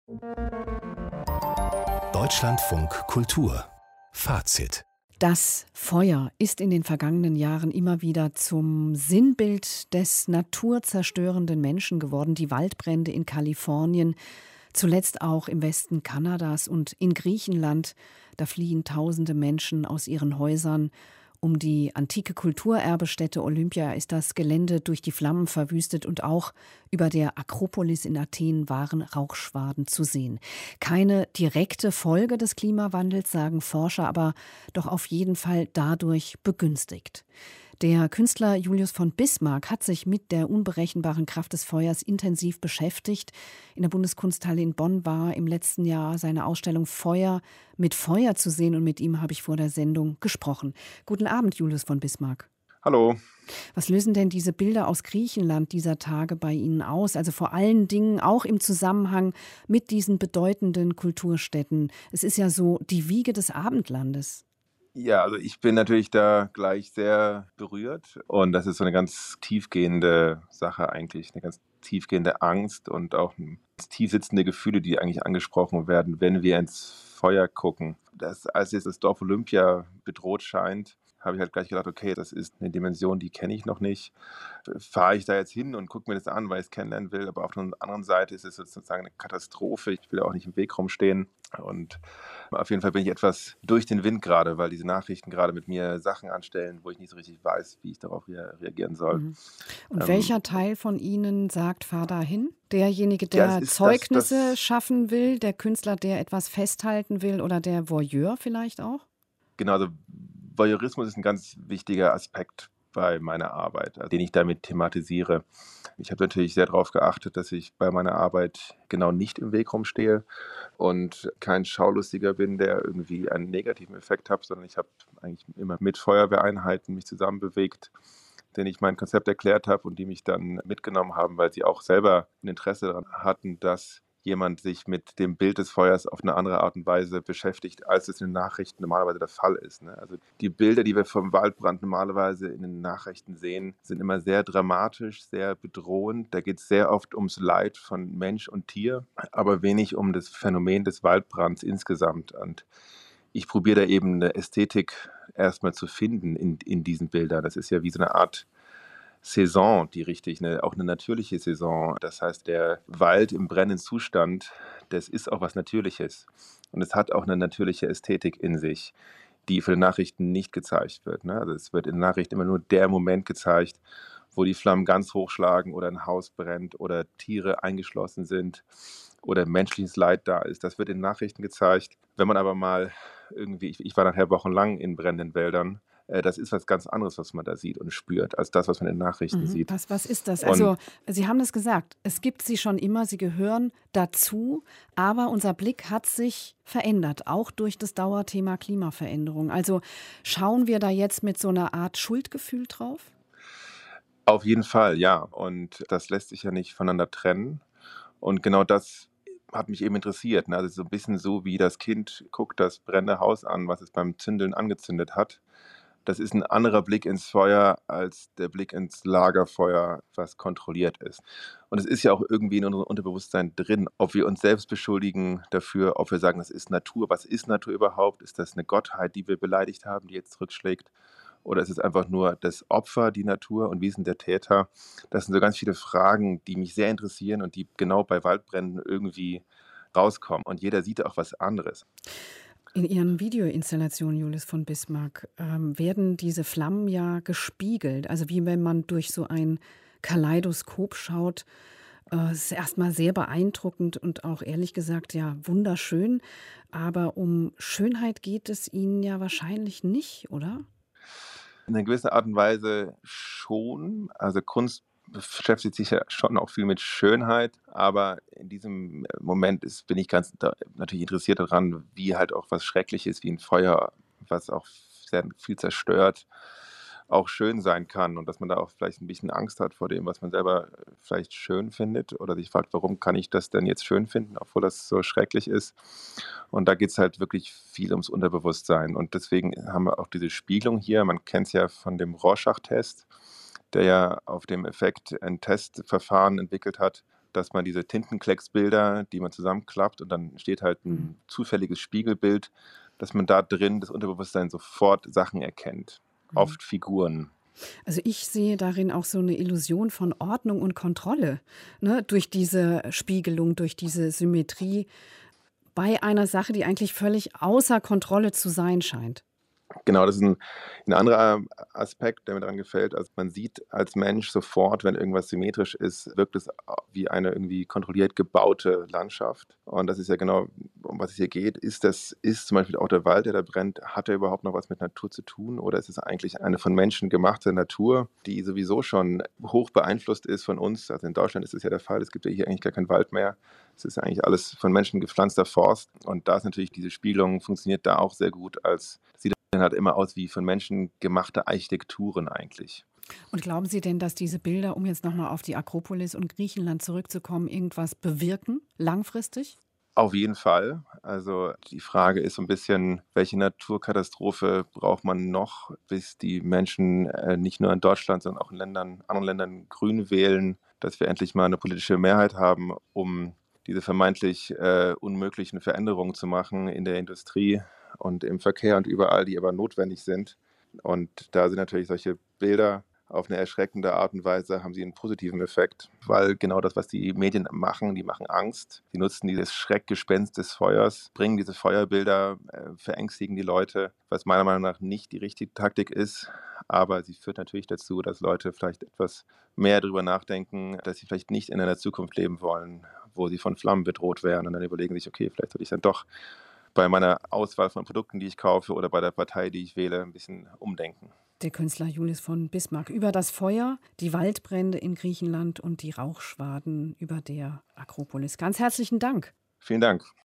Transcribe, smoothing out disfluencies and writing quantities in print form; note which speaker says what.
Speaker 1: Deutschlandfunk Kultur Fazit.
Speaker 2: Das Feuer ist in den vergangenen Jahren immer wieder zum Sinnbild des naturzerstörenden Menschen geworden. Die Waldbrände in Kalifornien, zuletzt auch im Westen Kanadas und in Griechenland. Da fliehen tausende Menschen aus ihren Häusern. Um die antike Kulturerbestätte Olympia ist das Gelände durch die Flammen verwüstet und auch über der Akropolis in Athen waren Rauchschwaden zu sehen. Keine direkte Folge des Klimawandels, sagen Forscher, aber doch auf jeden Fall dadurch begünstigt. Der Künstler Julius von Bismarck hat sich mit der unberechenbaren Kraft des Feuers intensiv beschäftigt. In der Bundeskunsthalle in Bonn war im letzten Jahr seine Ausstellung Feuer mit Feuer zu sehen und mit ihm habe ich vor der Sendung gesprochen. Guten Abend, Julius von Bismarck.
Speaker 3: Hallo.
Speaker 2: Was lösen denn diese Bilder aus Griechenland dieser Tage bei Ihnen aus? Also vor allen Dingen auch im Zusammenhang mit diesen bedeutenden Kulturstätten. Es ist ja so die Wiege des Abendlandes.
Speaker 3: Ja, also ich bin natürlich da gleich sehr berührt und das ist so eine ganz tiefgehende Sache eigentlich, eine ganz tiefgehende Angst und auch tief sitzende Gefühle, die eigentlich angesprochen werden, wenn wir ins Feuer gucken. Als jetzt das Dorf Olympia bedroht scheint, habe ich halt gleich gedacht, okay, das ist eine Dimension, die kenne ich noch nicht. Fahre ich da jetzt hin und gucke mir das an, weil ich es kennenlernen will, aber auf der anderen Seite ist es sozusagen eine Katastrophe. Ich will auch nicht im Weg rumstehen und auf jeden Fall bin ich etwas durch den Wind gerade, weil diese Nachrichten gerade mit mir Sachen anstellen, wo ich nicht so richtig weiß, wie ich darauf reagieren soll.
Speaker 2: Mhm. Und welcher Teil von Ihnen sagt, fahr da hin? Derjenige, der Zeugnisse schaffen will, der Künstler, der etwas festhalten will oder der Voyeur vielleicht auch?
Speaker 3: Genau, also Voyeurismus ist ein ganz wichtiger Aspekt bei meiner Arbeit, den ich damit thematisiere. Ich habe natürlich sehr darauf geachtet, dass ich bei meiner Arbeit genau nicht im Weg rumstehe und kein Schaulustiger bin, der irgendwie einen negativen Effekt hat, sondern ich habe eigentlich immer mit Feuerwehreinheiten mich zusammenbewegt, denen ich mein Konzept erklärt habe und die mich dann mitgenommen haben, weil sie auch selber ein Interesse daran hatten, dass jemand sich mit dem Bild des Feuers auf eine andere Art und Weise beschäftigt, als es in den Nachrichten normalerweise der Fall ist. Also die Bilder, die wir vom Waldbrand normalerweise in den Nachrichten sehen, sind immer sehr dramatisch, sehr bedrohend. Da geht es sehr oft ums Leid von Mensch und Tier, aber wenig um das Phänomen des Waldbrands insgesamt. Und ich probiere da eben eine Ästhetik erstmal zu finden in diesen Bildern. Das ist ja wie so eine Art Saison, die richtig, auch eine natürliche Saison. Das heißt, der Wald im brennenden Zustand, das ist auch was Natürliches. Und es hat auch eine natürliche Ästhetik in sich, die für die Nachrichten nicht gezeigt wird. Also es wird in den Nachrichten immer nur der Moment gezeigt, wo die Flammen ganz hochschlagen oder ein Haus brennt oder Tiere eingeschlossen sind oder menschliches Leid da ist. Das wird in Nachrichten gezeigt. Wenn man aber mal irgendwie, ich war nachher wochenlang in brennenden Wäldern, das ist was ganz anderes, was man da sieht und spürt, als das, was man in Nachrichten sieht.
Speaker 2: Was ist das? Also, Sie haben das gesagt, es gibt sie schon immer, sie gehören dazu, aber unser Blick hat sich verändert, auch durch das Dauerthema Klimaveränderung. Also schauen wir da jetzt mit so einer Art Schuldgefühl drauf?
Speaker 3: Auf jeden Fall, ja. Und das lässt sich ja nicht voneinander trennen. Und genau das hat mich eben interessiert. Also so ein bisschen so, wie das Kind guckt das brennende Haus an, was es beim Zündeln angezündet hat. Das ist ein anderer Blick ins Feuer als der Blick ins Lagerfeuer, was kontrolliert ist. Und es ist ja auch irgendwie in unserem Unterbewusstsein drin, ob wir uns selbst beschuldigen dafür, ob wir sagen, das ist Natur. Was ist Natur überhaupt? Ist das eine Gottheit, die wir beleidigt haben, die jetzt zurückschlägt? Oder ist es einfach nur das Opfer, die Natur? Und wie ist denn der Täter? Das sind so ganz viele Fragen, die mich sehr interessieren und die genau bei Waldbränden irgendwie rauskommen. Und jeder sieht auch was anderes.
Speaker 2: In Ihren Videoinstallationen, Julius von Bismarck, werden diese Flammen ja gespiegelt. Also wie wenn man durch so ein Kaleidoskop schaut. Es ist erstmal sehr beeindruckend und auch ehrlich gesagt ja wunderschön. Aber um Schönheit geht es Ihnen ja wahrscheinlich nicht, oder?
Speaker 3: In einer gewissen Art und Weise schon. Also Kunst beschäftigt sich ja schon auch viel mit Schönheit, aber in diesem Moment bin ich natürlich interessiert daran, wie halt auch was Schreckliches wie ein Feuer, was auch sehr viel zerstört, auch schön sein kann und dass man da auch vielleicht ein bisschen Angst hat vor dem, was man selber vielleicht schön findet oder sich fragt, warum kann ich das denn jetzt schön finden, obwohl das so schrecklich ist. Und da geht es halt wirklich viel ums Unterbewusstsein. Und deswegen haben wir auch diese Spiegelung hier. Man kennt es ja von dem Rorschach-Test, der ja auf dem Effekt ein Testverfahren entwickelt hat, dass man diese Tintenklecksbilder, die man zusammenklappt und dann steht halt ein zufälliges Spiegelbild, dass man da drin das Unterbewusstsein sofort Sachen erkennt, oft Figuren.
Speaker 2: Also ich sehe darin auch so eine Illusion von Ordnung und Kontrolle, ne? Durch diese Spiegelung, durch diese Symmetrie bei einer Sache, die eigentlich völlig außer Kontrolle zu sein scheint.
Speaker 3: Genau, das ist ein anderer Aspekt, der mir daran gefällt. Also, man sieht als Mensch sofort, wenn irgendwas symmetrisch ist, wirkt es wie eine irgendwie kontrolliert gebaute Landschaft. Und das ist ja genau, um was es hier geht. Ist zum Beispiel auch der Wald, der da brennt, hat er überhaupt noch was mit Natur zu tun? Oder ist es eigentlich eine von Menschen gemachte Natur, die sowieso schon hoch beeinflusst ist von uns? Also, in Deutschland ist es ja der Fall. Es gibt ja hier eigentlich gar keinen Wald mehr. Es ist eigentlich alles von Menschen gepflanzter Forst. Und da ist natürlich diese Spiegelung funktioniert da auch sehr gut, als sieht dann halt immer aus wie von Menschen gemachte Architekturen eigentlich.
Speaker 2: Und glauben Sie denn, dass diese Bilder, um jetzt nochmal auf die Akropolis und Griechenland zurückzukommen, irgendwas bewirken, langfristig?
Speaker 3: Auf jeden Fall. Also die Frage ist so ein bisschen, welche Naturkatastrophe braucht man noch, bis die Menschen nicht nur in Deutschland, sondern auch in anderen Ländern grün wählen, dass wir endlich mal eine politische Mehrheit haben, um diese vermeintlich unmöglichen Veränderungen zu machen in der Industrie und im Verkehr und überall, die aber notwendig sind. Und da sind natürlich solche Bilder auf eine erschreckende Art und Weise haben sie einen positiven Effekt, weil genau das, was die Medien machen, die machen Angst. Sie nutzen dieses Schreckgespenst des Feuers, bringen diese Feuerbilder, verängstigen die Leute, was meiner Meinung nach nicht die richtige Taktik ist. Aber sie führt natürlich dazu, dass Leute vielleicht etwas mehr darüber nachdenken, dass sie vielleicht nicht in einer Zukunft leben wollen, wo sie von Flammen bedroht werden. Und dann überlegen sich, okay, vielleicht sollte ich dann doch bei meiner Auswahl von Produkten, die ich kaufe oder bei der Partei, die ich wähle, ein bisschen umdenken.
Speaker 2: Der Künstler Julius von Bismarck über das Feuer, die Waldbrände in Griechenland und die Rauchschwaden über der Akropolis. Ganz herzlichen Dank.
Speaker 3: Vielen Dank.